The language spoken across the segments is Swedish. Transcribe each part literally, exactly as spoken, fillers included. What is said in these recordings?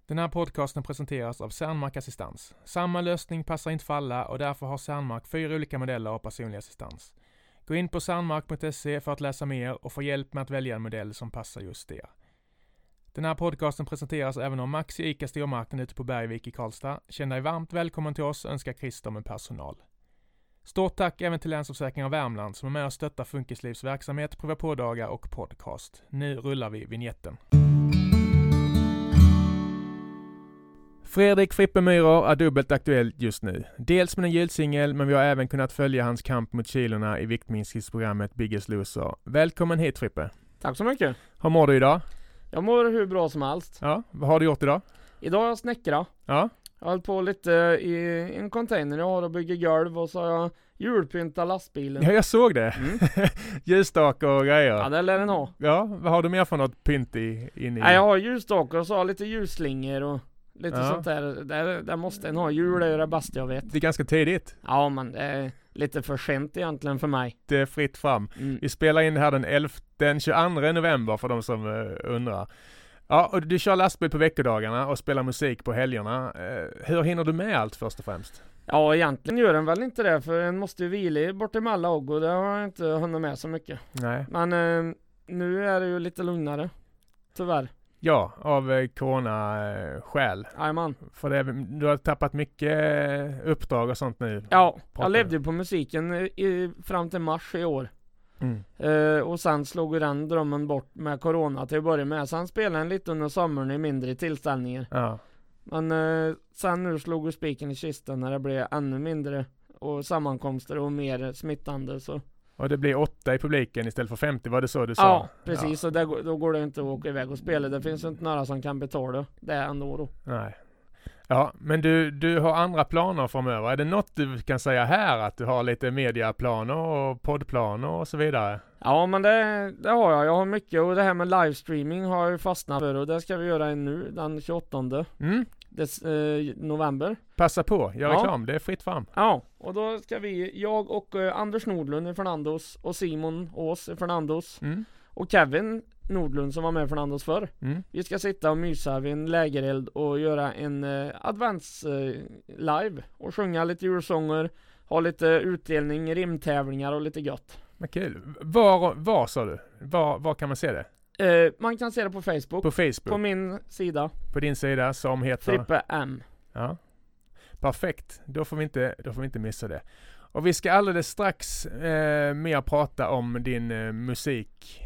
Den här podcasten presenteras av Cernmark Assistans. Samma lösning passar inte för alla och därför har Cernmark fyra olika modeller av personlig assistans. Gå in på cernmark punkt se för att läsa mer och få hjälp med att välja en modell som passar just er. Den här podcasten presenteras även av Max i ICA Stormarknaden ute på Bergvik i Karlstad. Känn dig varmt välkommen till oss, önskar Christer med personal. Stort tack även till Länsförsäkringar Värmland som är med och stöttar Funkislivs verksamhet, prova på-dagar och podcast. Nu rullar vi vignetten. Fredrik Frippe Myhrer är dubbelt aktuell just nu. Dels med en julsingel, men vi har även kunnat följa hans kamp mot kilorna i viktminskningsprogrammet Biggest Loser. Välkommen hit Frippe. Tack så mycket. Hur mår du idag? Jag mår hur bra som helst. Ja, vad har du gjort idag? Idag har jag snickrat. Ja. Jag har hållit på lite i en container. Jag har att bygga golv och så har jag julpyntat lastbilen. Ja, jag såg det. Mm. Ljusstakar och grejer. Ja, det lär den ha. Ja, vad har du mer för något pynt i? In i? Nej, jag har ljusstakar och så har jag lite ljusslingor och lite Ja. sånt där. Där, där måste en ha. Jul är det bästa jag vet. Det är ganska tidigt. Ja, men det är lite för sent egentligen för mig. Det är fritt fram. Mm. Vi spelar in det här den elfte, den tjugoandra november för de som uh, undrar. Ja, och du kör lastbil på veckodagarna och spelar musik på helgerna. Uh, hur hinner du med allt först och främst? Ja, egentligen gör den väl inte det, för en måste ju vila bort emellan och det har jag inte hunnit med så mycket. Nej. Men eh, nu är det ju lite lugnare. Tyvärr. Ja, av eh, corona-skäl. Jajamän. För det, du har tappat mycket eh, uppdrag och sånt nu. Ja, Pratar. jag levde ju på musiken i, fram till mars i år. Mm. Eh, och sen slog den drömmen bort med corona till att börja med. Sen spelade jag lite under sommaren i mindre tillställningar. Ja. Men eh, sen nu slog ju spiken i kisten när det blev ännu mindre och sammankomster och mer smittande. Så. Och det blir åtta i publiken istället för femtio, var det så du sa? Ja, precis. Ja. Och där, då går det inte att åka iväg och spela. Det finns ju inte några som kan betala det ändå då. Nej. Ja, men du, du har andra planer framöver. Är det något du kan säga här? Att du har lite mediaplaner och poddplaner och så vidare? Ja, men det, det har jag. Jag har mycket och det här med livestreaming har jag ju fastnat för och det ska vi göra nu den tjugoåttonde Mm. Des, eh, november. Passa på, gör Ja. reklam. Det är fritt fram. Ja, och då ska vi, jag och eh, Anders Nordlund i Fernandos och Simon Ås i Fernandos Mm. och Kevin Nordlund som var med i Fernandos förr. Mm. Vi ska sitta och mysa vid en lägereld och göra en eh, advents eh, live och sjunga lite julsånger, ha lite utdelning, rimtävlingar och lite gött. Vad kul. Var, var sa du? Var, var kan man se det? Eh, man kan se det på Facebook, På Facebook? på min sida, På din sida som heter? Frippe M. Ja. Perfekt. Då får vi inte, då får vi inte missa det. Och vi ska alldeles strax eh, mer prata om din eh, musik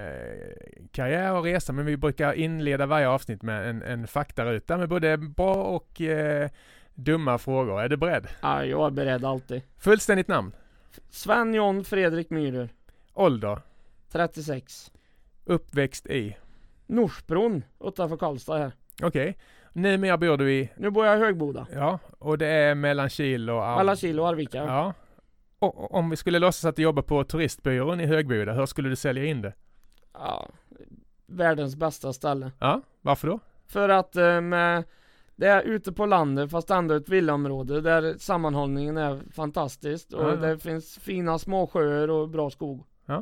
eh, karriär och resa, men vi brukar inleda varje avsnitt med en, en faktaruta med både bra och eh, dumma frågor. Är du beredd? Ja, jag är beredd alltid. Fullständigt namn? Sven John Fredrik Myhrer. Ålder? trettiosex. Uppväxt i? Norsbron utanför Karlstad här. Okej. Okay. Numera bor du i? Nu bor jag i Högboda. Ja, och det är mellan Kil och Ar- Alla Kil och Arvika. Ja. Och, och om vi skulle låtsas att du jobbar på turistbyrån i Högboda, hur skulle du sälja in det? Ja, världens bästa ställe. Ja, varför då? För att eh, med, det är ute på landet fast ändå ett villaområde där sammanhållningen är fantastiskt och Ja, ja. det finns fina småsjöar och bra skog. Ja.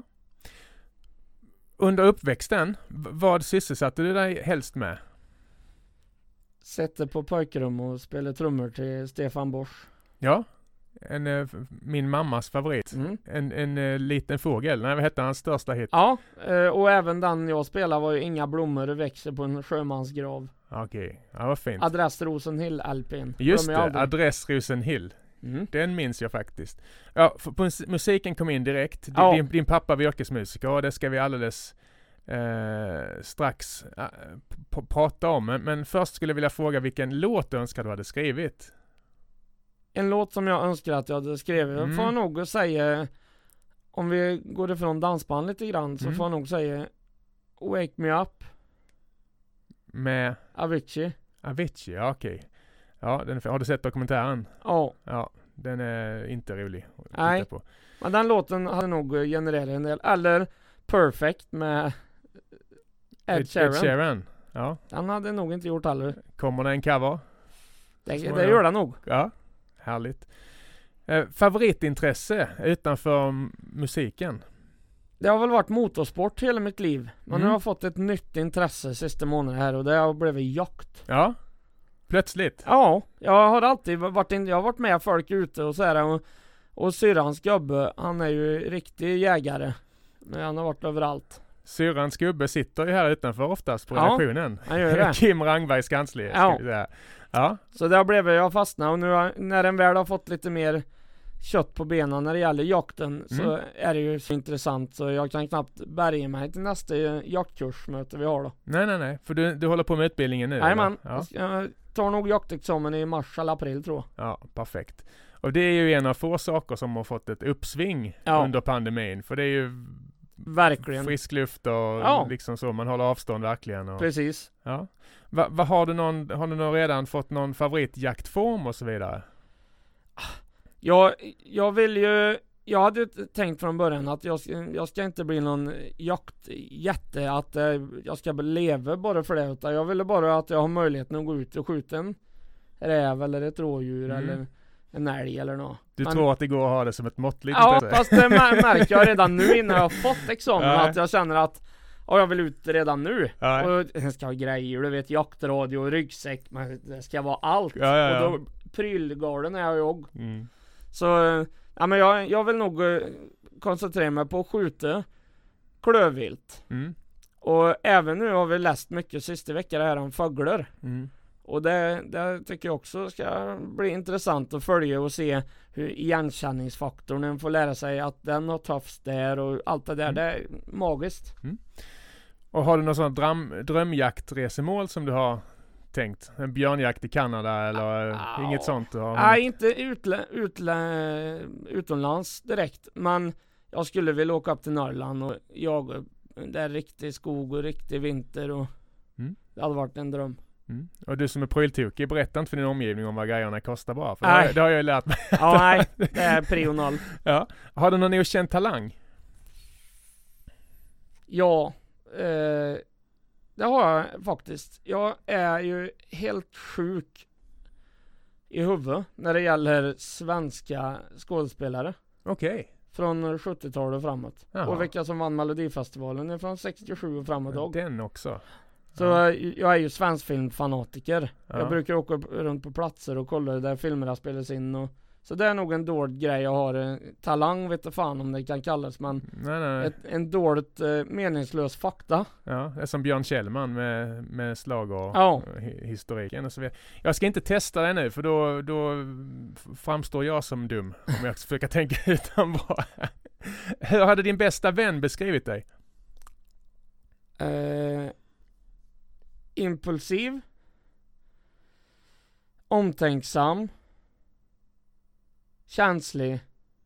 Under uppväxten, v- vad sysselsatte du dig helst med? Sätter på pojkrum och spelar trummor till Stefan Borsch. Ja, en, eh, min mammas favorit. Mm. En, en eh, liten fågel. Nej, vad hette hans största hit? Ja, eh, och även den jag spelar var ju Inga blommor växer på en sjömansgrav. Okej, ja, vad fint. Adress Rosenhill-L P:n. Just Glömmer jag det, aldrig. adress Rosenhill. Mm. Den minns jag faktiskt. Ja, för, på, musiken kom in direkt. Din, Ja. din, din pappa var yrkesmusiker och det ska vi alldeles eh, strax eh, p- prata om. Men, men först skulle jag vilja fråga vilken låt du önskar du hade skrivit. En låt som jag önskar att jag hade skrivit. Jag Mm. får nog säga, om vi går ifrån dansband lite grann, så Mm. får jag nog säga Wake Me Up, Med Avicii. Avicii, ja okej. Ja, den, har du sett dokumentären? Ja, Ja, den är inte rolig att titta Nej. på. men den låten hade nog genererat en del. Eller Perfect med Ed Sheeran. Ed Sheeran. Ja, Den hade nog inte gjort heller. kommer det en cover? Det, Så det ja. gör den nog. Ja, härligt. Eh, favoritintresse utanför m- musiken? Det har väl varit motorsport hela mitt liv. Men Mm. nu har jag fått ett nytt intresse sista månaden här och det har blivit jakt. Ja, Plötsligt? Ja, jag har alltid varit, in, jag har varit med folk ute och så här, och, och syrrans gubbe, han är ju riktig jägare. Men han har varit överallt. Syrrans gubbe sitter ju här utanför oftast på Ja, redaktionen. han gör det. Kim Rangbergs kansli. Ja. Ja. Så där blev jag fastnat, och nu har, när den väl har fått lite mer kött på benen när det gäller jakten, mm. så är det ju så intressant så jag kan knappt bärga mig till nästa jaktkursmöte vi har då. Nej, nej, nej. För du, du håller på med utbildningen nu? Nej, man. Ja. Jag tar nog jaktexamen i mars eller april, tror jag. Ja, perfekt. Och det är ju en av få saker som har fått ett uppsving ja. under pandemin. För det är ju verkligen frisk luft och ja. liksom så. Man håller avstånd verkligen. Och, precis. Ja. Va, va, har du någon, har du någon redan fått någon favoritjaktform och så vidare? Ja, jag vill ju, jag hade ju tänkt från början att jag, jag ska inte bli någon jaktjätte, att eh, jag ska leva bara för det, utan jag ville bara att jag har möjligheten att gå ut och skjuta en räv eller ett rådjur mm. eller en älg eller något. Du Men, tror att det går att ha det som ett måttligt ja, intresse? Fast det märker jag redan nu innan jag har fått examen att jag känner att ja, jag vill ut redan nu. Nej. Och det ska ha grejer, du vet, jaktradio och ryggsäck, men det ska vara allt. Ja, ja, ja. Och då prylgalen är jag jag. Mm. Så ja, men jag, jag vill nog uh, koncentrera mig på att skjuta klövvilt. Mm. Och även nu har vi läst mycket sista veckan här om fåglar. Mm. Och det, det tycker jag också ska bli intressant att följa och se hur igenkänningsfaktorn får lära sig att den har tofs där och allt det där. Mm. Det är magiskt. Mm. Och har du någon sån dröm, drömjaktresemål som du har tänkt? En björnjakt i Kanada eller ah, inget sånt? Du har? Nej, inte utlä, utlä, utomlands direkt. Men jag skulle vilja åka upp till Norrland och jaga där riktig skog och riktig vinter. Och mm. Det hade varit en dröm. Mm. Och du som är pryltokig, berätta inte för din omgivning om vad grejerna kostar bara. För det, det har jag ju lärt mig. Ja, nej. Det är prio noll. Ja. Har du någon okänd talang? Ja. Eh, det har jag faktiskt. Jag är ju helt sjuk i huvudet när det gäller svenska skådespelare. Okej. Okay. Från sjuttiotalet och framåt. Jaha. Och vilka som vann Melodifestivalen är från sextiosju och framåt. Ja, den också. Så ja. Jag är ju svensk filmfanatiker. Ja. Jag brukar åka runt på platser och kolla där filmerna spelas in. Och, så det är nog en dålig grej jag har. En talang vet jag fan om det kan kallas. Men nej, nej. Ett, en dåligt eh, meningslös fakta. Ja, det är som Björn Kjellman med, med slag och ja. historiken och så vidare. Jag ska inte testa det nu för då, då framstår jag som dum. Om jag försöker tänka utan bara. Hur hade din bästa vän beskrivit dig? Eh... Impulsiv, omtänksam, känslig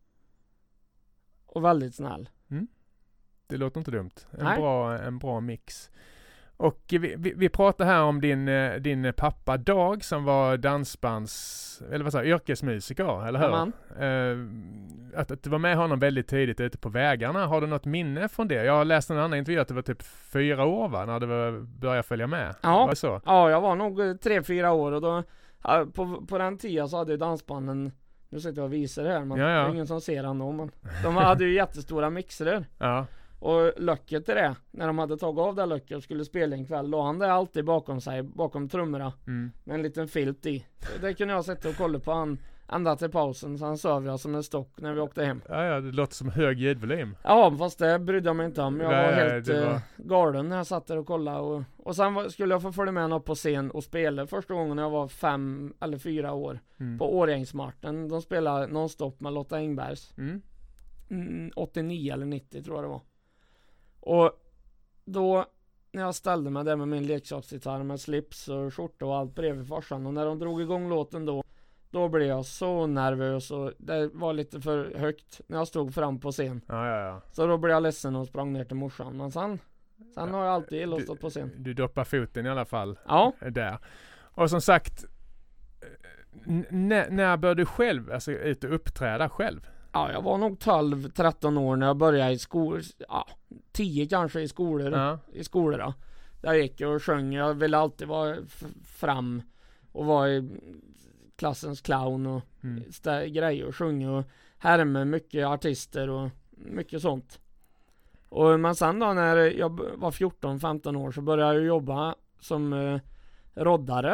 och väldigt snäll. Mm. Det låter inte dumt. En Nej. bra, en bra mix. Och vi, vi, vi pratar här om din, din pappa Dag som var dansbands, eller vad säger, yrkesmusiker, eller hur? Uh, att, att du var med honom väldigt tidigt ute på vägarna. Har du något minne från det? Jag har läst en annan intervju att det var typ fyra år va? När du var, började följa med. Ja, var det så? Ja, jag var nog tre, fyra år och då, på, på den tiden så hade ju dansbanden, nu sitter jag och visar det här, men ja, ja. det är ingen som ser han då, men de hade ju jättestora mixer. Ja. Och löcket till det, när de hade tagit av det löcket och skulle spela en kväll, då han det alltid bakom sig, bakom trummorna, mm. med en liten filt i. Det kunde jag sitta och kolla på han ända till pausen, så han söv jag som en stock när vi åkte hem. Ja, ja, det låter som hög ljudvolym. Ja, fast det brydde jag mig inte om. Jag Nej, var helt var... Uh, galen när jag satt där och kollade. Och, och sen var, skulle jag få följa med upp på scen och spela första gången när jag var fem eller fyra år. Mm. På Årjängsmarten. De spelade nonstop med Lotta Engbergs. Mm. Mm, åttionio eller nittio tror jag det var. Och då när jag ställde mig där med min leksaksgitarr med slips och skjorta och allt bredvid farsan, och när de drog igång låten då, då blev jag så nervös och det var lite för högt när jag stod fram på scen. Ja, ja, ja. Så då blev jag ledsen och sprang ner till morsan. Men sen, sen ja, har jag alltid gillat stått på scen. Du doppar foten i alla fall. Ja. Där. Och som sagt, n- när började du själv, alltså ut och uppträda själv? Ja, jag var nog tolv tretton år när jag började i skolor. Ja, tio kanske i skolor. Ja. I skolor då. Där gick jag och sjöng. Jag ville alltid vara f- fram och vara i klassens clown och mm. stä- grejer och sjunga och härma mycket artister och mycket sånt. Och men sen då när jag var fjorton femton år så började jag jobba som eh, roddare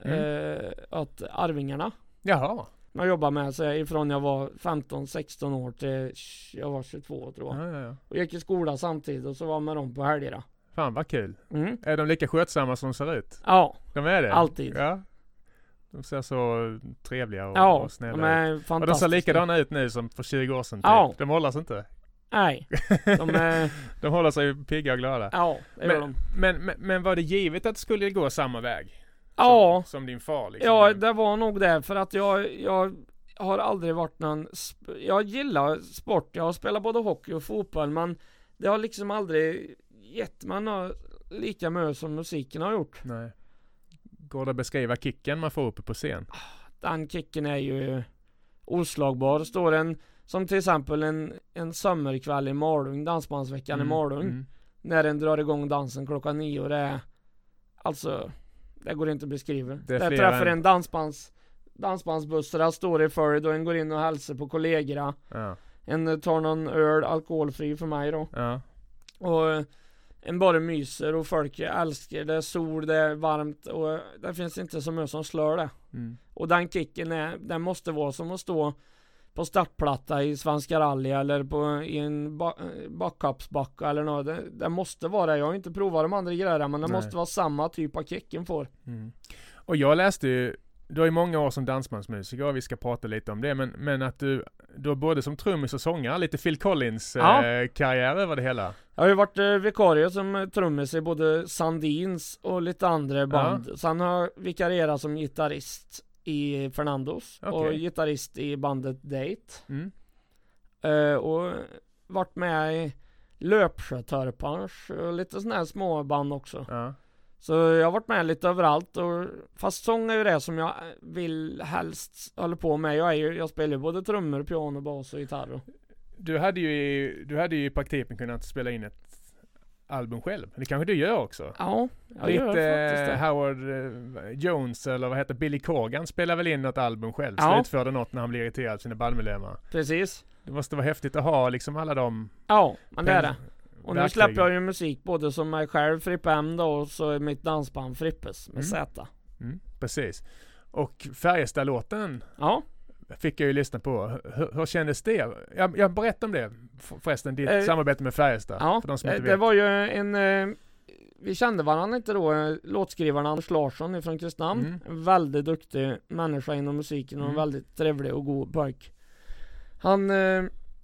Mm. Eh, att Arvingarna. Jaha. Jag jobbar med sig ifrån jag var femton sexton år till jag var tjugotvå tror jag. Ja, ja, ja. Och gick i skola samtidigt och så var med dem på helgerna. Fan vad kul. Mm. Är de lika skötsamma som de ser ut? Ja. De är det? Alltid. Ja. De ser så trevliga och, ja, och snälla de är ut. fantastiska. Och de ser likadana ut nu som för tjugo år sedan typ. Ja. De håller sig inte. Nej. De, är... de håller sig pigga och glada. Ja, det gör men, de. Men, men, men var det givet att det skulle gå samma väg? Ja. Som, som din far liksom? Ja, det var nog det. För att jag, jag har aldrig varit någon... Sp- jag gillar sport. Jag har spelat både hockey och fotboll. Men det har liksom aldrig gett mig något lika mycket som musiken har gjort. Nej. Går det att beskriva kicken man får uppe på scen? Den kicken är ju oslagbar. Står en, som till exempel en, en sommarkväll i Malung, dansbandsveckan Mm, i Malung. mm. När den drar igång dansen klockan nio. Och det är, alltså, det går inte att beskriva. Det är Där fler träffar än- en dansbands, dansbandsbussar, står i följd och en går in och hälsar på kollegorna. Ja. En tar någon öl, alkoholfri för mig då. Ja. Och eh, en bara myser och folk älskar det. Är sol, det är varmt och det finns inte så mycket som slår det. Mm. Och den kicken är, den måste vara som att stå på startplatta i Svenska rally eller på, i en ba, backupsbacka eller något. Det, det måste vara det. Jag har inte provat de andra grejerna, men det Nej. måste vara samma typ av kicken får. Mm. Och jag läste ju, du har ju många år som dansbandsmusiker och vi ska prata lite om det, men, men att du, du har både som trummis och sångare, lite Phil Collins Ja. eh, karriär över det hela. Jag har ju varit eh, vikarie som eh, trummis i både Sandins och lite andra band. Sen har jag vikarierat som gitarrist i Fernandos Okej. och gitarrist i bandet Date. Mm. Eh, och varit med i Löpsjötörpars och lite sådana här små band också. Ja. Så jag har varit med lite överallt och fast sång är ju det som jag vill helst hålla på med. Jag, är ju, jag spelar ju både trummor, piano, bas och gitarr. och- Du hade ju i, du hade ju i praktiken kunnat spela in ett album själv. Det kanske du gör också. Ja, jag gör Lite faktiskt det. Howard eh, Jones eller vad heter Billy Corgan spelar väl in något album själv. Ja. Slutförde något när han blev irriterad av sina bandmedlemmar. Precis. Det måste vara häftigt att ha liksom alla de... Ja, men det är det. Och nu Verkligen. släpper jag ju musik både som mig själv, Frippe M då, och så är mitt dansband Frippes med Mm. Z. Mm, precis. Och Färjestad-låten Ja. fick jag ju lyssna på. Hur, hur kändes det? Jag, jag berättade om det för- förresten, ditt Eh, samarbete med Färjestad. Ja, För de som det, inte det vet. var ju en... Eh, vi kände varandra inte då, eh, låtskrivaren Anders Larsson ifrån Kristinehamn. Mm. En väldigt duktig människa inom musiken och en Mm. väldigt trevlig och god pojk. Han, eh,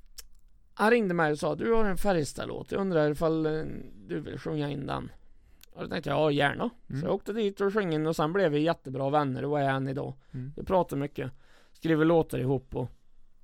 han ringde mig och sa, du har en Färjestad-låt, jag undrar ifall eh, du vill sjunga in den. Och då tänkte jag, ja gärna. Mm. Så jag åkte dit och sjöng in och sen blev vi jättebra vänner och är än idag. Mm. Vi pratar mycket, skriver låtar ihop och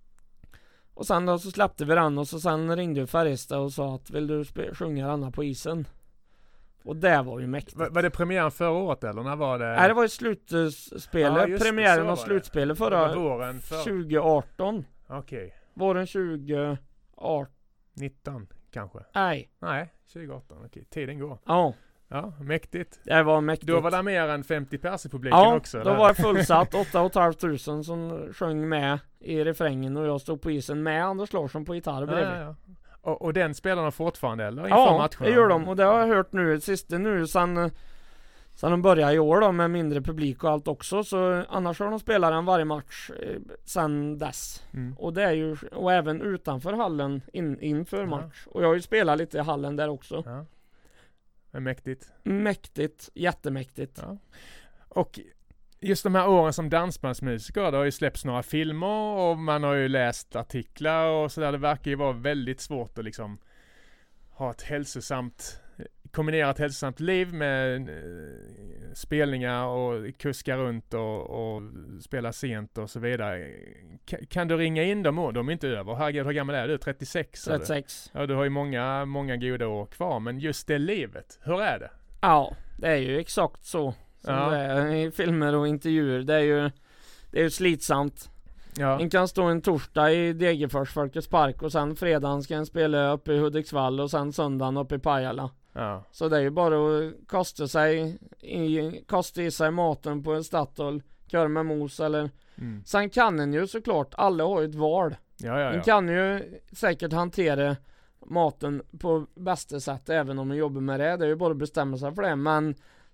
och sen då så släppte vi den och så sen ringde ju Färjestad och sa att vill du spe- sjunga denna på isen? Och det var ju mäktigt. Var, var det premiären förra året eller när var det? Nej, det var ju slutspelet, Ja, just det, så premiären var av det. slutspelet Det var förra våren för... tjugo arton. Okej. Våren tjugo arton. nitton kanske? Nej, Nej, tjugo arton. Okej, tiden går. ja, Ja, mäktigt. det var mäktigt. Då var det mer än femtio pers i publiken Ja, också? då eller? var det fullsatt, åtta och ett halvt tusen som sjöng med i refrängen och jag stod på isen med Anders Larsson på gitarr Ja, bredvid. ja, ja. Och, och den spelar de fortfarande eller? Inför Ja, matcherna? det gör de och det har jag hört nu sista nu sen, sen de började i år då med mindre publik och allt också, så annars har de spelat den varje match eh, sen dess. Mm. Och det är ju, och även utanför hallen in, inför Ja. match. Och jag har ju spelat lite i hallen där också. Ja. Men mäktigt. Mäktigt, jättemäktigt. Ja. Och just de här åren som dansbandsmusiker, det har ju släppts några filmer och man har ju läst artiklar och sådär. Det verkar ju vara väldigt svårt att liksom ha ett hälsosamt, kombinera ett hälsosamt liv med eh, spelningar och kuska runt och, och spela sent och så vidare. Kan, kan du ringa in dem? De är inte över. Herregud, hur gammal är du? trettiosex? eller? trettiosex. Ja, du har ju många, många goda år kvar, men just det livet, hur är det? Ja, det är ju exakt så som Ja. det är i filmer och intervjuer. Det är ju, det är ju slitsamt. Ja. En kan stå en torsdag i Degerfors Folkets Park och sen fredagen ska en spela uppe i Hudiksvall och sen söndagen uppe i Pajala. Ja. Så det är ju bara att kasta sig i, kasta i sig maten på en Statoil, kör med mos eller... Mm. Sen kan en ju såklart, alla har ju ett val. Ja, ja, En ja. kan ju säkert hantera maten på bästa sätt även om man jobbar med det. Det är ju bara att bestämma sig för det. Men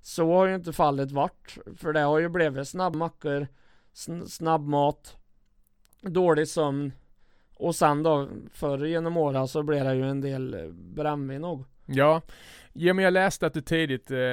Så har ju inte fallet varit. För det har ju blivit snabbmackor, sn- snabbmat, dålig sömn. Och sen då, förr genom åren så blev det ju en del brännvin nog. Ja. ja, men jag läste att du tidigt, eh,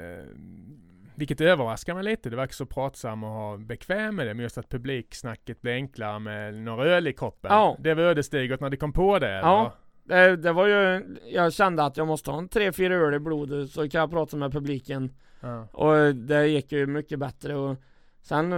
vilket överraskar mig lite, det verkar så pratsam och ha bekväm med det, men just att publiksnacket blir enklare med några öl i kroppen. Ja. Det var ödesdigert när du kom på det, eller? Ja, det, det var ju, jag kände att jag måste ha en tre, fyra öl i blodet så kan jag prata med publiken. Ja. Och det gick ju mycket bättre. Och sen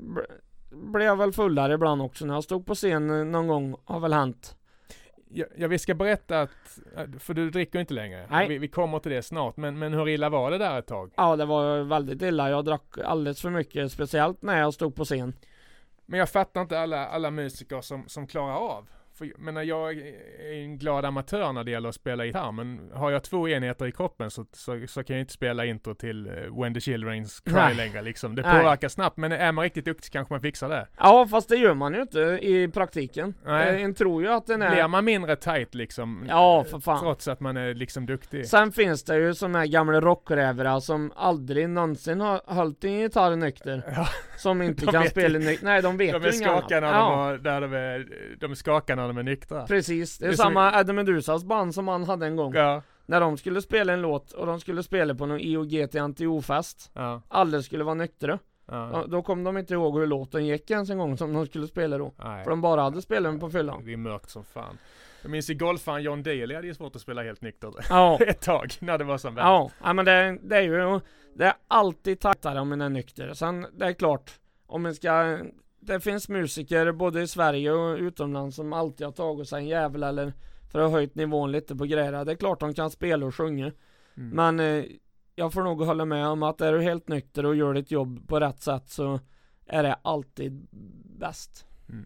blev jag väl fullare ibland också när jag stod på scen någon gång, har väl hänt. Ja, ja, vi ska berätta att, för du dricker inte längre. Nej. Vi, vi kommer till det snart, men, men hur illa var det där ett tag? Ja, det var väldigt illa. Jag drack alldeles för mycket, speciellt när jag stod på scen. Men jag fattar inte alla, alla musiker som, som klarar av. För, men jag är en glad amatör när det gäller att spela gitarr, men har jag två enheter i kroppen så, så, så kan jag inte spela intro till uh, When the Children's Cry Nej. längre liksom. Det Nej. påverkar snabbt, men är man riktigt duktig kanske man fixar det. Ja, fast det gör man ju inte i praktiken. Nej. En tror ju att den är... Blir man mindre tight liksom, Ja, för fan. trots att man är liksom duktig? Sen finns det ju såna här gamla rockrävrar som aldrig någonsin har hållit en gitarr nykter. Ja. Som inte De kan vet spela nykter. Nej, de vet De är ju inget annat. skakar när, Ja. de, har, där de, är, de är skakar när de är nyktra. Precis, det är, Det är samma som... Adam Medusas band som han hade en gång. Ja. När de skulle spela en låt och de skulle spela på någon I O G T Anti-O-fest. Ja. Alla skulle vara nyktra. Ja. Då, då kom de inte ihåg hur låten gick ens en gång som de skulle spela då. Nej. För de bara hade spelat den på fyllan. Det är mörkt som fan. Jag minns i golfaren John Daly hade ju svårt att spela helt nykter. Ja. Ett tag när det var som värst. Ja, ja men det, det är ju det är alltid tajtare om man är nykter. Sen det är klart, om man ska, det finns musiker både i Sverige och utomlands som alltid har tagit sig en jävel eller för att ha höjt nivån lite på grejer. Det är klart de kan spela och sjunga. Mm. Men eh, jag får nog hålla med om att är du helt nykter och gör ditt jobb på rätt sätt så är det alltid bäst. Mm.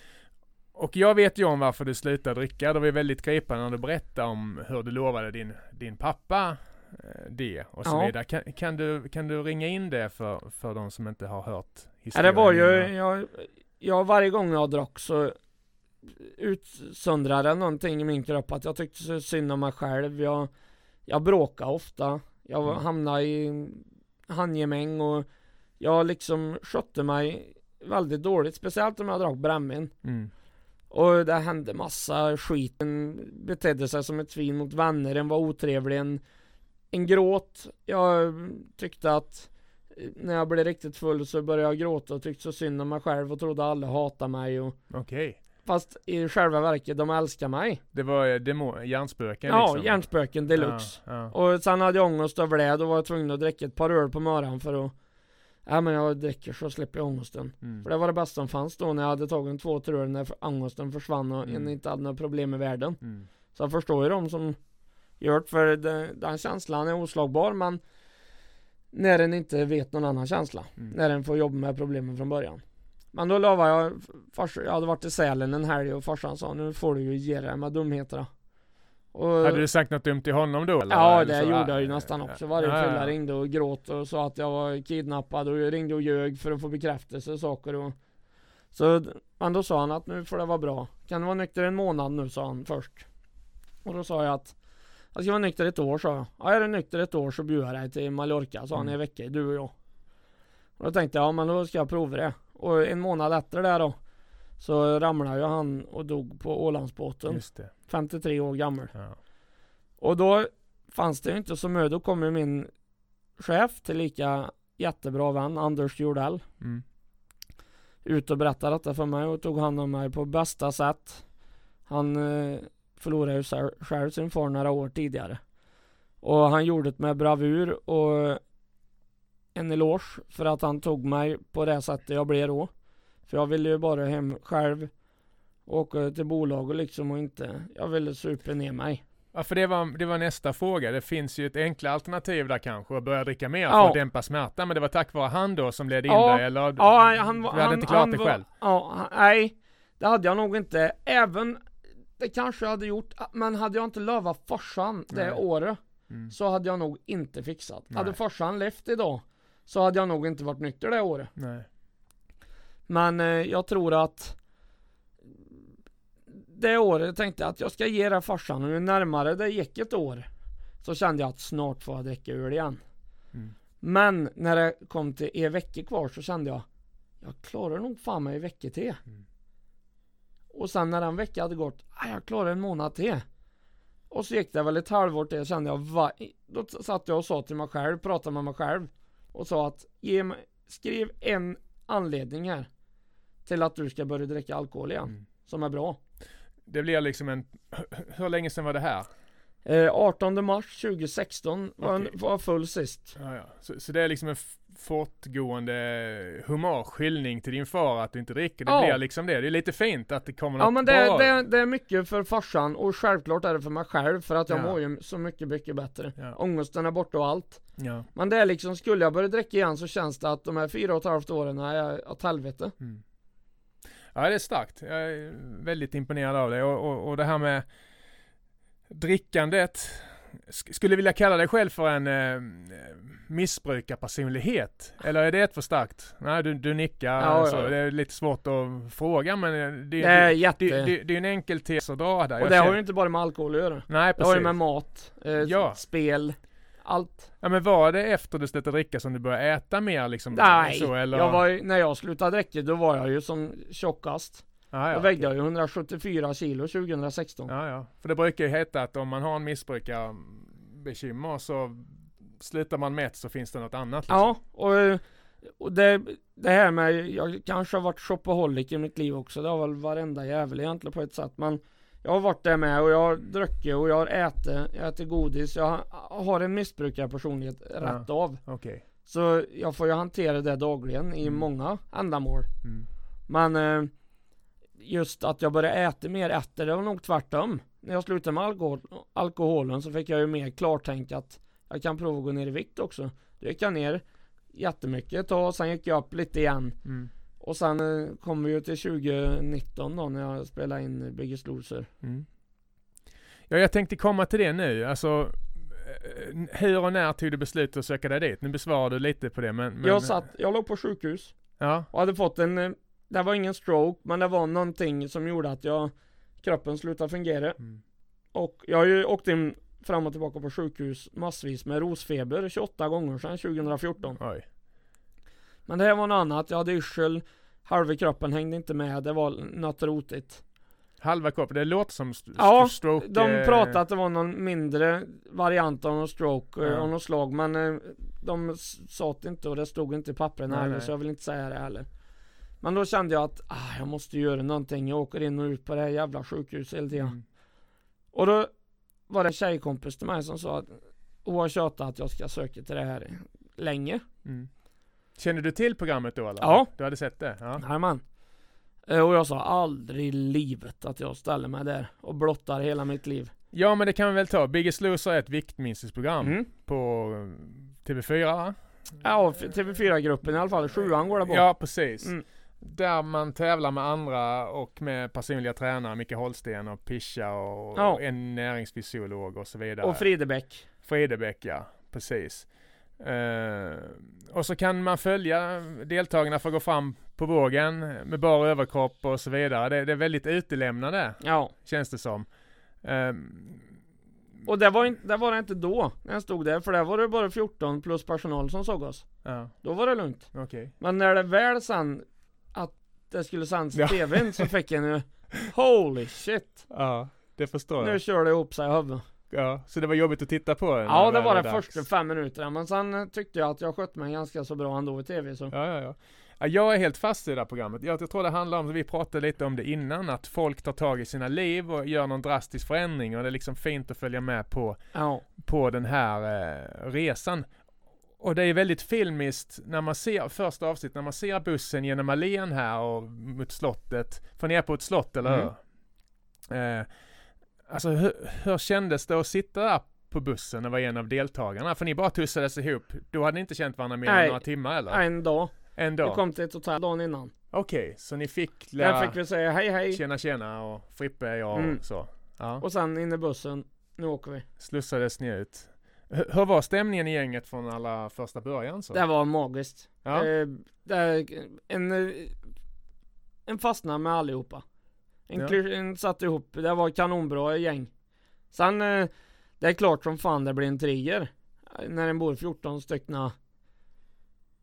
Och jag vet ju om varför du slutade dricka. Det var väldigt gripande när du berättade om hur du lovade din, din pappa eh, det och så Ja. vidare. Kan, kan, du, kan du ringa in det för, för de som inte har hört Ja, historien? det var ju, innan? jag, jag varje gång jag drack så utsöndrade någonting i min kropp att jag tyckte så synd om mig själv. Jag, jag bråkade ofta. Jag Mm. hamnade i handgemäng och jag liksom skötte mig väldigt dåligt. Speciellt om jag drack brännvin. Mm. Och det hände massa skit. Den betedde sig som ett svin mot vänner. Den var otrevlig. En, en gråt. Jag tyckte att när jag blev riktigt full så började jag gråta och tyckte så synd om mig själv och trodde alla hatade mig. Och, Okej. fast i själva verket, de älskar mig. Det var eh, demo, hjärnspöken Ja, liksom. hjärnspöken deluxe. Ja, ja. Och sen hade jag ångest över det. Då var jag tvungen att dricka ett par öl på morgonen för att ja men jag dricker så slipper jag ångesten. Mm. För det var det bästa som fanns då när jag hade tagit en två, tre öl när ångesten försvann och Mm. en inte hade några problem med världen. Mm. Så jag förstår ju de som gör det, för det, den känslan är oslagbar, men när den inte vet någon annan känsla. Mm. När den får jobba med problemen från början. Men då lovade jag, fars, jag hade varit i Sälen en helg och farsan sa nu får du ju ge dig med dumheterna. Och, Hade du sagt något dumt till honom då? Eller? ja, Eller det så? gjorde jag ju nästan också. Varje Ja, ja, fylla ja. ringde och gråt och sa att jag var kidnappad och jag ringde och ljög för att få bekräftelse och saker. Och, så, men då sa han att nu får det vara bra. Kan du vara nykter en månad nu, sa han först. Och då sa jag att jag ska vara nykter ett år, sa jag. Ja, är du nykter ett år så bjuder jag dig till Mallorca, sa han, Mm. i vecka, du och jag. Och då tänkte jag, ja men då ska jag prova det. Och en månad efter det då så ramlade ju han och dog på Ålandsbåten. Just det. femtiotre år gammal. Ja. Och då fanns det ju inte så mycket. Då kom ju min chef till lika jättebra vän, Anders Jordell, Mm. ut och berättade detta för mig och tog hand om mig på bästa sätt. Han eh, förlorade ju själv- själv sin far några år tidigare. Och han gjorde det med bravur och en eloge för att han tog mig på det sättet jag blev då. För jag ville ju bara hem själv och åka till bolaget liksom och inte, jag ville supa ner mig. Ja, för det var, det var nästa fråga. Det finns ju ett enkla alternativ där kanske, att börja dricka mer Ja. för att dämpa smärta, men det var tack vare han då som ledde in Ja. dig, eller? Ja, han var... Du hade han, inte klarat han det var, själv? Ja, han- nej. Det hade jag nog inte. Även, det kanske jag hade gjort, men hade jag inte lovat farsan det Nej. året Mm. så hade jag nog inte fixat. Nej. Hade farsan levt idag så hade jag nog inte varit nykter det året. Nej. Men eh, jag tror att det året tänkte jag att jag ska ge det farsan, och ju närmare det gick ett år så kände jag att snart får jag dricka öl igen. Mm. Men när det kom till en vecka kvar så kände jag, jag klarar nog fan mig i vecka till. Mm. Och sen när en vecka hade gått, jag klarar en månad till. Och så gick det väl ett halvår till, kände jag, va? Då satt jag och sa till mig själv, pratade med mig själv och sa att ge mig, skriv en anledning här till att du ska börja dricka alkohol igen, mm. som är bra. Det blir liksom en, hur länge sedan var det här? Eh, artonde mars tjugohundrasexton var, okay. var full sist. Ja, ja. Så, så det är liksom en fortgående humorskyllning till din far att du inte dricker. Det ja. blir liksom det. Det är lite fint att det kommer något Ja, men det, är, det, är, det är mycket för farsan och självklart är det för mig själv för att jag ja. mår ju så mycket, mycket bättre. Ja. Ångesten är borta och allt. Ja. Men det är liksom, skulle jag börja dricka igen så känns det att de här fyra och ett halvt åren är åt helvete. Mm. Ja, det är starkt. Jag är väldigt imponerad av det. Och, och, och det här med drickandet, skulle vilja kalla dig själv för en eh, missbrukarpersonlighet? Eller är det ett för starkt? Nej, du, du nickar. Ja, alltså. ja. Det är lite svårt att fråga, men det, det, är, det, jätte... det, det, det är en enkel tes att dra där. Och det känner... har ju inte bara med alkohol att göra. Nej, precis. Det har ju med mat, eh, ja. spel, allt. Ja, men var det efter du slutade dricka som du började äta mer? Liksom, Nej, så, eller? Jag var ju, när jag slutade dricka då var jag ju som tjockast. Ah, ja, jag vägde okay. ju hundrasjuttiofyra kilo tjugohundrasexton. Ja, ja. För det brukar ju heta att om man har en missbrukarbekymmer så slutar man med så finns det något annat. Liksom. Ja, och, och det, det här med, jag kanske har varit shopaholic i mitt liv också. Det har väl varenda jävel egentligen på ett sätt. Men jag har varit där med och jag har druckit och jag har ätit, jag äter godis. Jag har en missbrukarpersonlighet rätt ja, av. Okay. Så jag får ju hantera det dagligen i mm. många ändamål. Mm. Men just att jag började äta mer efter, det var nog tvärtom. När jag slutade med alkohol, alkoholen så fick jag ju mer klartänk att jag kan prova att gå ner i vikt också. Då gick jag ner jättemycket ett tag, sen gick jag upp lite igen. Mm. Och sen eh, kom vi ju till tjugonitton då när jag spelade in Biggest Loser. Mm. Ja, jag tänkte komma till det nu. Alltså, hur och när tog du beslut att söka dig dit? Nu besvarade du lite på det, men... men... Jag satt, jag låg på sjukhus. Ja. Och hade fått en... Det var ingen stroke, men det var någonting som gjorde att jag, kroppen slutade fungera. Mm. Och jag har ju åkt in fram och tillbaka på sjukhus massvis med rosfeber tjugoåtta gånger sedan tjugofjorton. Oj. Men det här var något annat. Jag hade yrsel, halva kroppen hängde inte med. Det var något rotigt. Halva kroppen, det låter som st- ja, stroke. Ja, de pratade att det var någon mindre variant av någon stroke ja. och någon slag. Men eh, de sa det inte och det stod inte i pappren heller, så jag vill inte säga det heller. Men då kände jag att ah, jag måste göra någonting. Jag åker in och ut på det här jävla sjukhuset hela tiden. Mm. Och då var det en tjejkompis till mig som sa att hon har tjatat att jag ska söka till det här länge. Mm. Känner du till programmet då? Eller? Ja. Du hade sett det? Ja. Jajamän. Och jag sa aldrig i livet att jag ställer mig där och blottar hela mitt liv. Ja, men det kan vi väl ta. Biggest Loser är ett viktminskningsprogram mm. på T V fyra, va? Ja, T V fyra-gruppen i alla fall. Sjuan går det på. Ja, precis. Mm. Där man tävlar med andra och med personliga tränare, Micke Holsten och Pischa och, ja. och en näringsfysiolog och så vidare. Och Fridebäck. Fridebäck, ja. Precis. Uh, och så kan man följa deltagarna för att gå fram på vågen med bara överkropp och så vidare. Det, det är väldigt utelämnande, ja. känns det som. Um, och det var, inte, det var det inte då när jag stod där, för där var det bara fjorton plus personal som såg oss. Ja. Då var det lugnt. Okay. Men när det väl sen att det skulle sändas ja. tvn så fick jag nu holy shit. Ja, det förstår jag. Nu kör det ihop sig i huvudet. Ja, så det var jobbigt att titta på den. Ja, det var det dags. Första fem minuterna. Men sen tyckte jag att jag skötte mig ganska så bra ändå i tv. Så. Ja, ja, ja. Ja, jag är helt fast i det här programmet. Jag, jag tror det handlar om, vi pratade lite om det innan, att folk tar tag i sina liv och gör någon drastisk förändring. Och det är liksom fint att följa med på, ja. på den här eh, resan. Och det är väldigt filmiskt när man ser första avsnitt, när man ser bussen genom allén här och mot slottet. För ni är på ett slott, eller hur? Mm. Eh, Alltså hur, hur kändes det att sitta där på bussen och vara en av deltagarna? För ni bara tussades ihop. Du hade inte känt varandra mer än några timmar, eller? En dag. En dag? Vi kom till ett hotell dagen innan. Okej, okay, så ni fick lära... Där fick vi säga hej hej. Tjena tjena och Frippe är jag mm. och så. Ja. Och sen in i bussen, nu åker vi. Slussades ni ut. H- hur var stämningen i gänget från alla första början? Så? Det var magiskt. Ja. Eh, det, en, en fastnade med allihopa. En, ja. klyr, en satt ihop, det var kanonbra gäng. Sen, eh, det är klart som fan det blir en trigger. När en bor fjorton styckna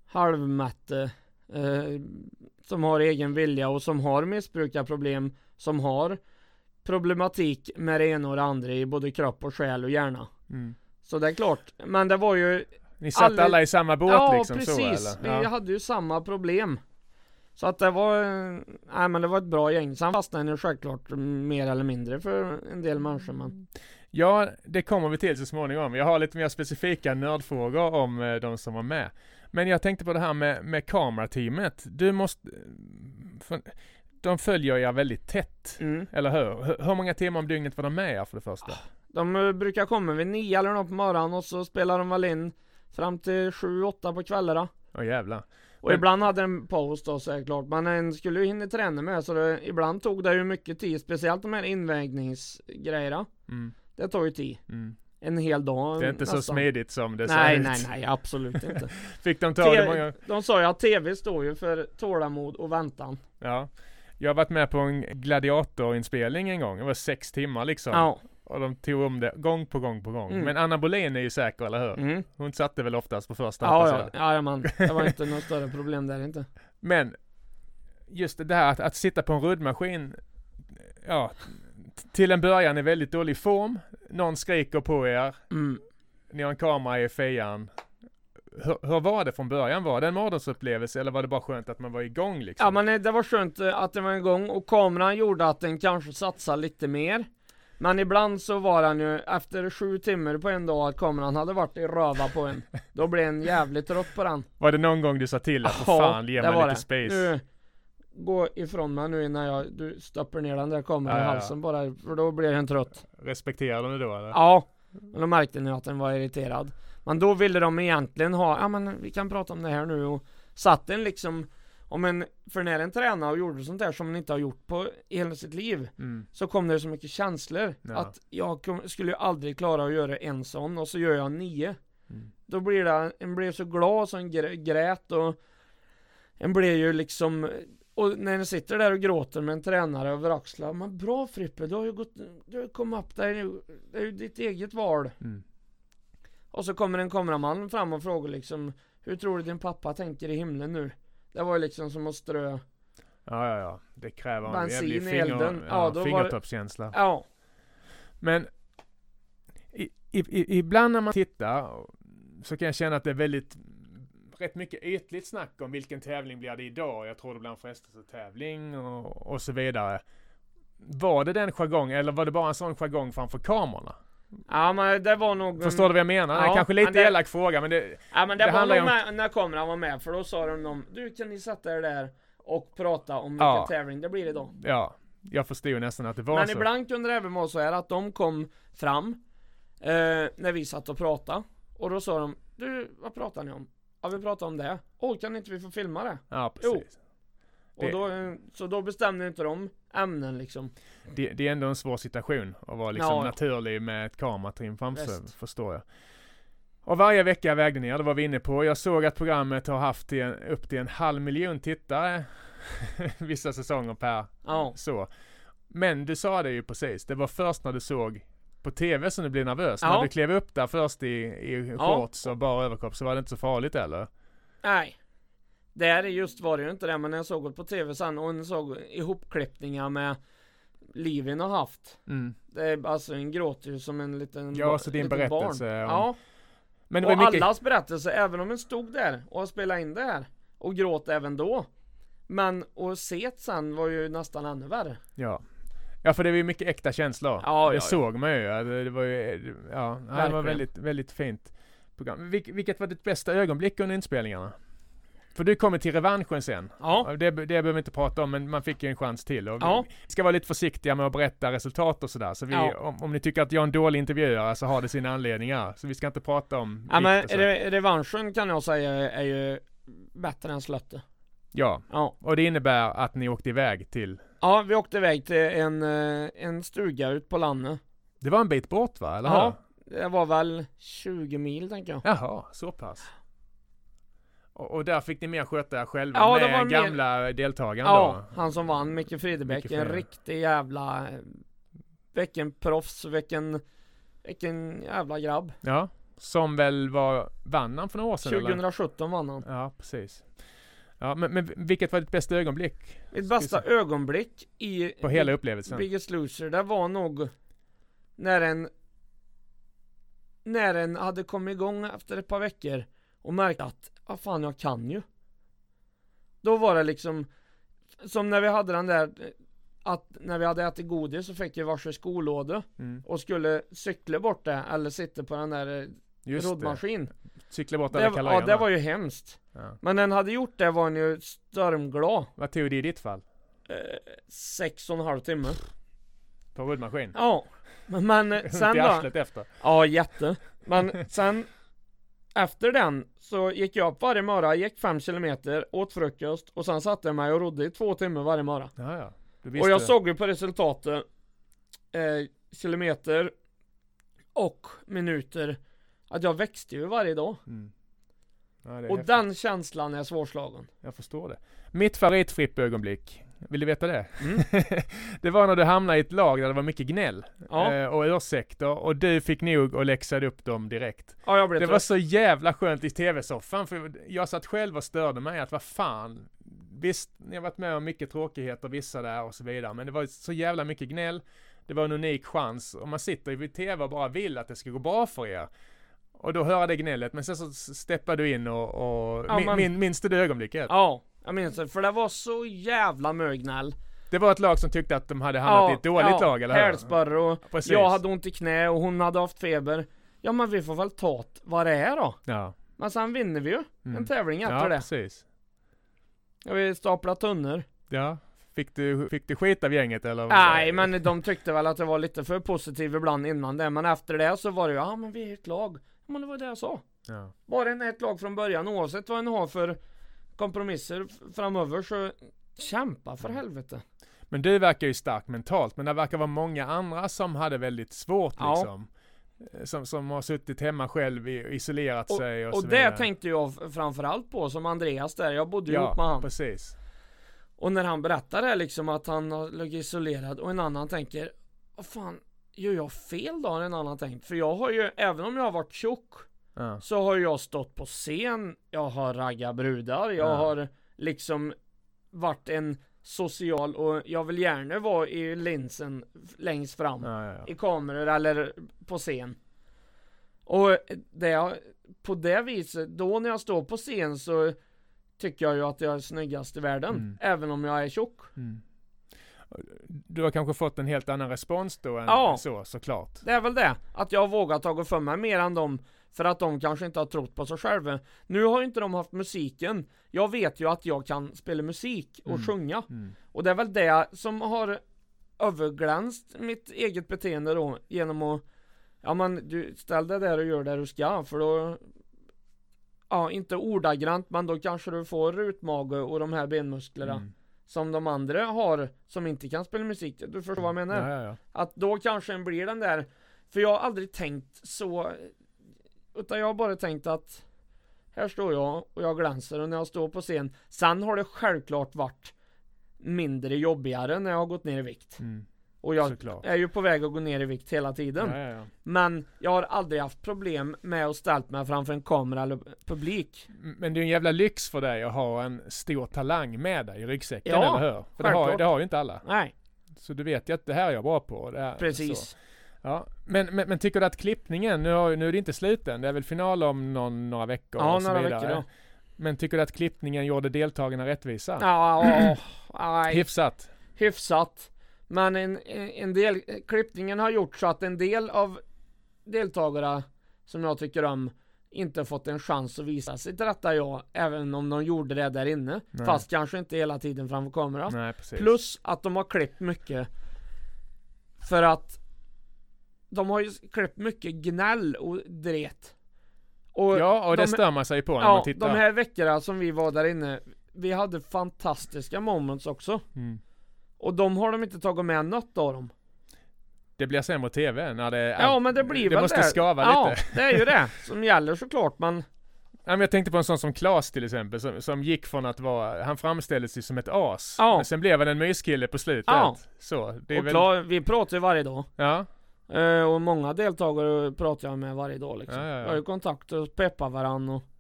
halvmätte eh, som har egen vilja och som har missbrukarproblem, som har problematik med det ena och det andra i både kropp och själ och hjärna. Mm. Så det är klart, men det var ju... Ni satt alla, alla i samma båt ja, liksom? Precis. Så, eller? Ja, vi hade ju samma problem. Så att det var, nej men det var ett bra gäng. Sen fastnade det självklart mer eller mindre för en del människor. Men... Ja, det kommer vi till så småningom. Jag har lite mer specifika nördfrågor om eh, de som var med. Men jag tänkte på det här med, med kamerateamet. Du måste... För, de följer jag väldigt tätt, mm. eller hur? Hur, hur många timmar om dygnet var de med för det första? De uh, brukar komma vid nio eller något på morgonen och så spelar de väl in fram till sju, åtta på kvällarna. Åh jävlar. Och men... ibland hade en paus då så är det klart. Men en skulle ju hinna träna med så det, ibland tog det ju mycket tid. Speciellt de här invägningsgrejerna. Mm. Det tar ju tid. Mm. En hel dag. Det är inte nästan så smidigt som det nej, ser nej, ut. Nej, nej, absolut inte. Fick de ta T- det många... De sa ju att tv står ju för tålamod och väntan. Ja. Jag har varit med på en gladiatorinspelning en gång. Det var sex timmar liksom. Ja. Och de tog om det gång på gång på gång. Mm. Men Anna Bolin är ju säker, eller hur? Mm. Hon satte väl oftast på första. Ja, ja, ja man. Det var inte något större problem där inte. Men just det här att, att sitta på en ruddmaskin, ja, till en början är väldigt dålig form. Någon skriker på er. Mm. Ni har en kamera i fejan. Hur, hur var det från början? Var det en mardrömsupplevelse eller var det bara skönt att man var igång liksom? Ja, men det var skönt att det var igång och kameran gjorde att den kanske satsade lite mer. Men ibland så var den ju efter sju timmar på en dag att kameran hade varit i röva på en. Då blev en jävligt trött på den. Var det någon gång du sa till att för fan ge mig lite det. space? Nu, gå ifrån mig nu innan jag, du stoppar ner den där kameran ja, i halsen ja. bara, för då blir den trött. Respekterar de det då eller? Ja, men då märkte ni att den var irriterad. Men då ville de egentligen ha, ja men vi kan prata om det här nu och satt den liksom, om en, för när en tränare och gjorde sånt där som man inte har gjort på hela sitt liv mm. så kom det så mycket känslor ja. att jag kom, skulle ju aldrig klara att göra en sån och så gör jag nio. Mm. Då blir det, en blev så glad så en grät och en blev ju liksom, och när en sitter där och gråter med en tränare över axlar, men bra Frippe, du har ju gått, du har kommit upp där, det är ju ditt eget val. Mm. Och så kommer en kameraman fram och frågar liksom, hur tror du din pappa tänker i himlen nu? Det var ju liksom som att strö ja, ja, ja. Det kräver en jävlig finger, elden. Ja, ja, fingertoppskänsla. Ja. Men i, i, ibland när man tittar så kan jag känna att det är väldigt rätt mycket ytligt snack om vilken tävling blir det idag. Jag tror det blir en frestelsetävling och, och så vidare. Var det den jargong eller var det bara en sån jargong framför kamerorna? Ja, men det var nog... Förstår du vad jag menar? Ja, kanske lite det, elak fråga, men det... Ja, men det, det var nog om... med, när kameran var med, för då sa de om, du kan ni sätta er där och prata om vilken ja. tävling det blir idag. Ja, jag förstod ju nästan att det var men så. Men ibland kunde det även vara så här att de kom fram eh, när vi satt och pratade. Och då sa de, du, vad pratar ni om? Ja, vi pratar om det. Åh, kan inte vi få filma det? Ja, precis. Jo. Och då, så då bestämde inte de ämnen liksom. Det, det är ändå en svår situation att vara liksom ja. naturlig med ett kameratrim framför sig, förstår jag. Och varje vecka vägde ner, det var vi inne på. Jag såg att programmet har haft en, upp till en halv miljon tittare vissa säsonger per ja. så. Men du sa det ju precis, det var först när du såg på tv som du blev nervös. Ja. När du klev upp där först i, i shorts ja. och bara överkropp så var det inte så farligt eller? Nej. Där just var det ju inte det, men jag såg det på tv sen och jag såg ihopklippningar med Livin har haft. Mm. Det är alltså en gråter ju som en liten ja, ba- så din berättelse. Barn. Ja. Men det och var mycket... allas berättelse, även om en stod där och spelade in det här och gråt även då. Men och set sen var ju nästan ännu värre. Ja. Ja, för det var ju mycket äkta känslor. Ja, det ja, såg ja. man ju. Det, det var ju ja, det var väldigt väldigt fint program. Vil- vilket var ditt bästa ögonblick under inspelningarna? För du kommer till revanschen sen. Ja. Det, det behöver vi inte prata om, men man fick ju en chans till. Och ja. Vi ska vara lite försiktiga med att berätta resultat och sådär. Så vi, ja. om, om ni tycker att jag är en dålig intervjuare så har det sina anledningar. Så vi ska inte prata om... Ja, men re- revanschen kan jag säga är ju bättre än Slötte. Ja. ja, och det innebär att ni åkte iväg till... Ja, vi åkte iväg till en, en stuga ut på landet. Det var en bit bort va? Eller ja, hur? Det var väl tjugo mil tänker jag. Jaha, så pass. Och, och där fick ni mer sköta er själva ja, med mer... gamla deltagaren ja, då? Han som vann, Micke Fridebäck, Micke en riktig jävla vilken proffs, vilken vilken jävla grabb. Ja. Som väl var, vann han för några år sedan? tjugohundrasjutton vann han. Ja, precis. Ja, men, men vilket var ditt bästa ögonblick? Mitt bästa ögonblick i... På hela upplevelsen? Biggest Loser, det var nog när en... När en hade kommit igång efter ett par veckor och märkt att, ah fan, jag kan ju. Då var det liksom... Som när vi hade den där... Att när vi hade ätit godis så fick vi varsin skolåda mm. och skulle cykla bort det eller sitta på den där roddmaskin. Cykla bort alla kalorierna. Ja, det var ju hemskt. Ja. Men den hade gjort det var en ju stormglad. Vad tog det i ditt fall? Eh, sex och en halv timme. På roddmaskin? Ja. Men, men sen då... efter. Ja, jätte. Men sen efter den så gick jag upp varje morgon, gick fem kilometer, åt frukost och sen satte jag mig och rodde i två timmar varje morgon. Ja, ja. Och jag såg ju på resultatet eh, kilometer och minuter att jag växte ju varje dag. Mm. Ja, och häftigt. Den känslan är svårslagen. Jag förstår det. Mitt favoritfripp-ögonblick, vill du veta det? Mm. Det var när du hamnade i ett lag där det var mycket gnäll ja. eh, och ursäkter och du fick nog och läxade upp dem direkt. Ja, jag blev det trött. var så jävla skönt i tv-soffan för jag satt själv och störde mig att vad fan. Visst, ni har varit med om mycket tråkigheter, vissa där och så vidare. Men det var så jävla mycket gnäll. Det var en unik chans. Och man sitter ju vid tv och bara vill att det ska gå bra för er. Och då hör det gnället. Men sen så steppar du in och... och ja, min, min, minns du det ögonblicket? Ja, jag minns det. För det var så jävla mögnäll. Det var ett lag som tyckte att de hade hamnat ja, i ett dåligt ja, lag, eller hur? Hälsbarr och precis. Jag hade ont i knä och hon hade haft feber. Ja, men vi får väl ta vad det är då. Ja. Men sen vinner vi ju mm. en tävling efter ja, det. Precis. Ja, vi staplade tunnor. Ja, fick du, fick du skit av gänget eller? Nej, men de tyckte väl att det var lite för positivt ibland innan det. Men efter det så var det ju, ja men vi är ett lag. Men det var det jag sa. Ja. Var det ett lag från början, oavsett vad en har för kompromisser framöver, så kämpa för helvete. Men du verkar ju stark mentalt, men det verkar vara många andra som hade väldigt svårt liksom. Ja. Som, som har suttit hemma själv, isolerat och, sig och, och så det vidare. Tänkte jag framförallt på som Andreas där, jag bodde ju ja, ihop med han. Precis. Och när han berättar det liksom att han har legat isolerad och en annan tänker, vad fan, gör jag fel då? En annan tänkt. För jag har ju, även om jag har varit tjock ja. Så har jag stått på scen, jag har raggat brudar, jag ja. har liksom varit en social och jag vill gärna vara i linsen längst fram ja, ja, ja. i kameror eller på scen. Och det, på det viset, då när jag står på scen så tycker jag ju att jag är snyggast i världen, mm. även om jag är tjock. Mm. Du har kanske fått en helt annan respons då än ja, så, såklart. Det är väl det, att jag har vågat ta för mig mer än dem, för att de kanske inte har trott på sig själva. Nu har ju inte de haft musiken. Jag vet ju att jag kan spela musik och mm. sjunga. Mm. Och det är väl det som har överglänst mitt eget beteende då, genom att ja men du ställ dig där och gör det du ska, för då ja, inte ordagrant, men då kanske du får rutmage och de här benmusklerna mm. som de andra har som inte kan spela musik. Du förstår vad jag menar? Ja, ja, ja. Att då kanske en blir den där, för jag har aldrig tänkt så, utan jag har bara tänkt att här står jag och jag glänser och när jag står på scen. Sen har det självklart varit mindre jobbigare när jag har gått ner i vikt. Mm. Och jag Såklart. är ju på väg att gå ner i vikt hela tiden. Ja, ja, ja. Men jag har aldrig haft problem med att ställa mig framför en kamera eller publik. Men det är en jävla lyx för dig att ha en stor talang med dig i ryggsäcken, ja, eller hur? För det har, det har ju inte alla. Nej. Så du vet ju att det här är jag bra på. Det här, Precis. Så. Ja. Men, men, men tycker du att klippningen, nu, har, nu är det inte sluten, det är väl final om någon, några veckor ja, och så några vidare. Veckor, ja. Men tycker du att klippningen gjorde deltagarna rättvisa? Ja, åh, Hyfsat. Hyfsat. Men en, en del, klippningen har gjort så att en del av deltagare som jag tycker om inte fått en chans att visa sig till detta jag, även om de gjorde det där inne. Nej. Fast kanske inte hela tiden framför kamera. Nej, precis. Plus att de har klippt mycket för att de har ju klippt mycket gnäll och dret. Och ja, och de, det stör man sig på när ja, man tittar. De här veckorna som vi var där inne, vi hade fantastiska moments också. Mm. Och de har de inte tagit med något av dem. Det blir sämre tv när det är, ja, men det blir det väl måste det. skava ja, lite. Det är ju det som gäller såklart, men ja, men jag tänkte på en sån som Claes till exempel som, som gick från att vara, han framställde sig som ett as. Ja. Men sen blev han en myskille på slutet. Ja. Så, det är och väl... klar, vi pratar ju varje dag. Ja. Uh, och många deltagare pratar jag med varje dag liksom. Ja, ja, ja. Jag har ju kontakt och peppar varann och...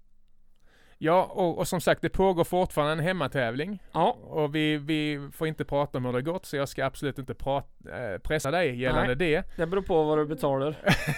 Ja, och, och som sagt, det pågår fortfarande en hemmatävling. Ja. Och vi, vi får inte prata om hur det gått, så jag ska absolut inte prata, äh, pressa dig gällande Nej, det. Det beror på vad du betalar.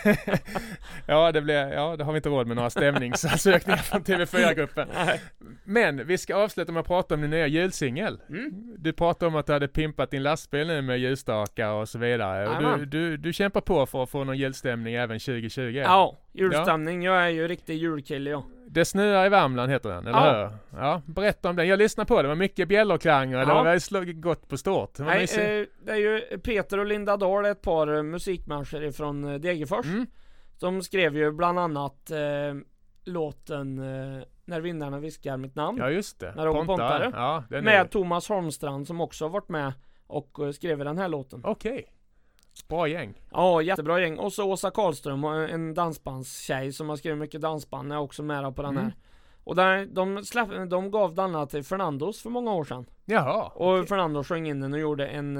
ja, det blir, ja, det har vi inte råd med några stämningsansökningar från T V fyra-gruppen. Men vi ska avsluta med att prata om din nya julsingel. Mm. Du pratade om att du hade pimpat din lastbil nu med ljusstakar och så vidare. Och du, du, du kämpar på för att få någon julstämning även tjugo tjugo. Ja, julstämning. Ja. Jag är ju riktig julkille, ja. Det snöar i Värmland heter den, eller ja. hur? Ja, berätta om den. Jag lyssnade på det, det var mycket bjällerklang och ja. det var väldigt slagit gott på stort. Nej, eh, det är ju Peter och Linda Dahl, ett par musikmänniskor från Degerfors. Mm. De skrev ju bland annat eh, låten eh, När vindarna viskar mitt namn. Ja, just det. När de pontare. Ja, den med är... Thomas Holmstrand som också har varit med och uh, skrev den här låten. Okej. Okay. Bra gäng. Ja, jättebra gäng. Och så Åsa Karlström, en dansbandstjej som har skrivit mycket dansband, är också med på den här. Mm. Och där, de, släpp, de gav denna till Fernandos för många år sedan. Jaha. Och okay. Fernando sjöng in den och gjorde en,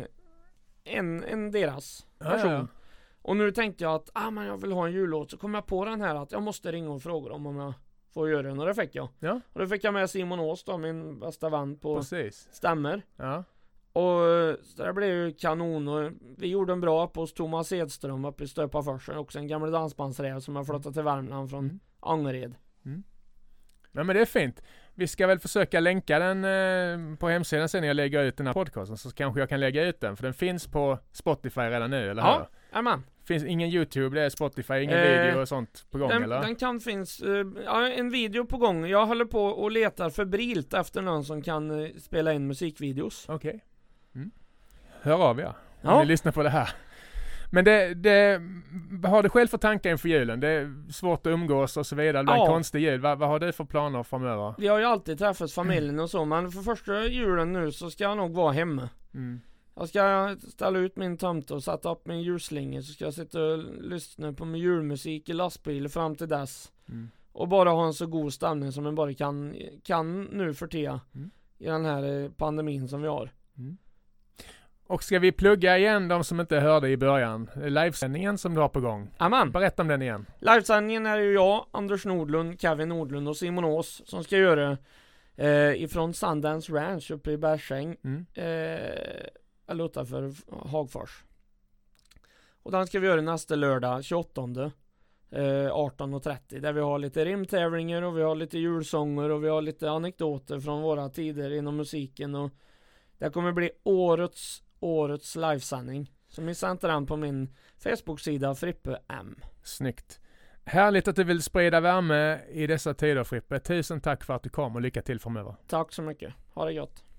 en, en deras version. Ja, ja. Och nu tänkte jag att ah, men jag vill ha en jullåt. Så kom jag på den här att jag måste ringa och fråga dem om jag får göra den. Och det fick jag. Ja. Och då fick jag med Simon Ås då, min bästa vän på Precis. stämmer. Ja. Och så det blev ju kanon. Och vi gjorde en bra på hos Thomas Edström uppe i Stöpaforsen. Också en gammal dansbandsräv som har flyttat till Värmland från mm. Angered. Mm. Ja, men det är fint. Vi ska väl försöka länka den eh, på hemsidan sen när jag lägger ut den här podcasten. Så kanske jag kan lägga ut den. För den finns på Spotify redan nu, eller ja, hur? Ja, finns ingen YouTube, det är Spotify, ingen eh, video och sånt på gång, den, eller? Den kan finnas, uh, ja, en video på gång. Jag håller på och letar febrilt efter någon som kan uh, spela in musikvideos. Okej. Okay. Mm. Hör av er, om ja. ni lyssnar på det här. Men det, det, vad har du själv för tankar inför julen? Det är svårt att umgås och så vidare. Det är ja. en konstig jul. Vad, vad har du för planer framöver? Vi har ju alltid träffats familjen och så. Men för första julen nu så ska jag nog vara hemma. Mm. Jag ska ställa ut min tomte och sätta upp min julslinge. Så ska jag sitta och lyssna på min julmusik i lastbil fram till dess. Mm. Och bara ha en så god stämning som man bara kan, kan nu för tida. Mm. I den här pandemin som vi har. Mm. Och ska vi plugga igen de som inte hörde i början? Livesändningen som du har på gång. Amen. Berätta om den igen. Livesändningen är ju jag, Anders Nordlund, Kevin Nordlund och Simon Ås som ska göra eh, ifrån Sundance Ranch uppe i Bergsäng. Mm. Eh, eller utanför Hagfors. Och den ska vi göra nästa lördag, tjugoåttonde Eh, arton och trettio. Där vi har lite rimtävlingar och vi har lite julsånger och vi har lite anekdoter från våra tider inom musiken. Och det kommer bli årets årets livesändning. Som ni sänder den på min Facebook-sida Frippe M. Snyggt. Härligt att du vill sprida värme i dessa tider, Frippe. Tusen tack för att du kom och lycka till framöver. Tack så mycket. Ha det gott.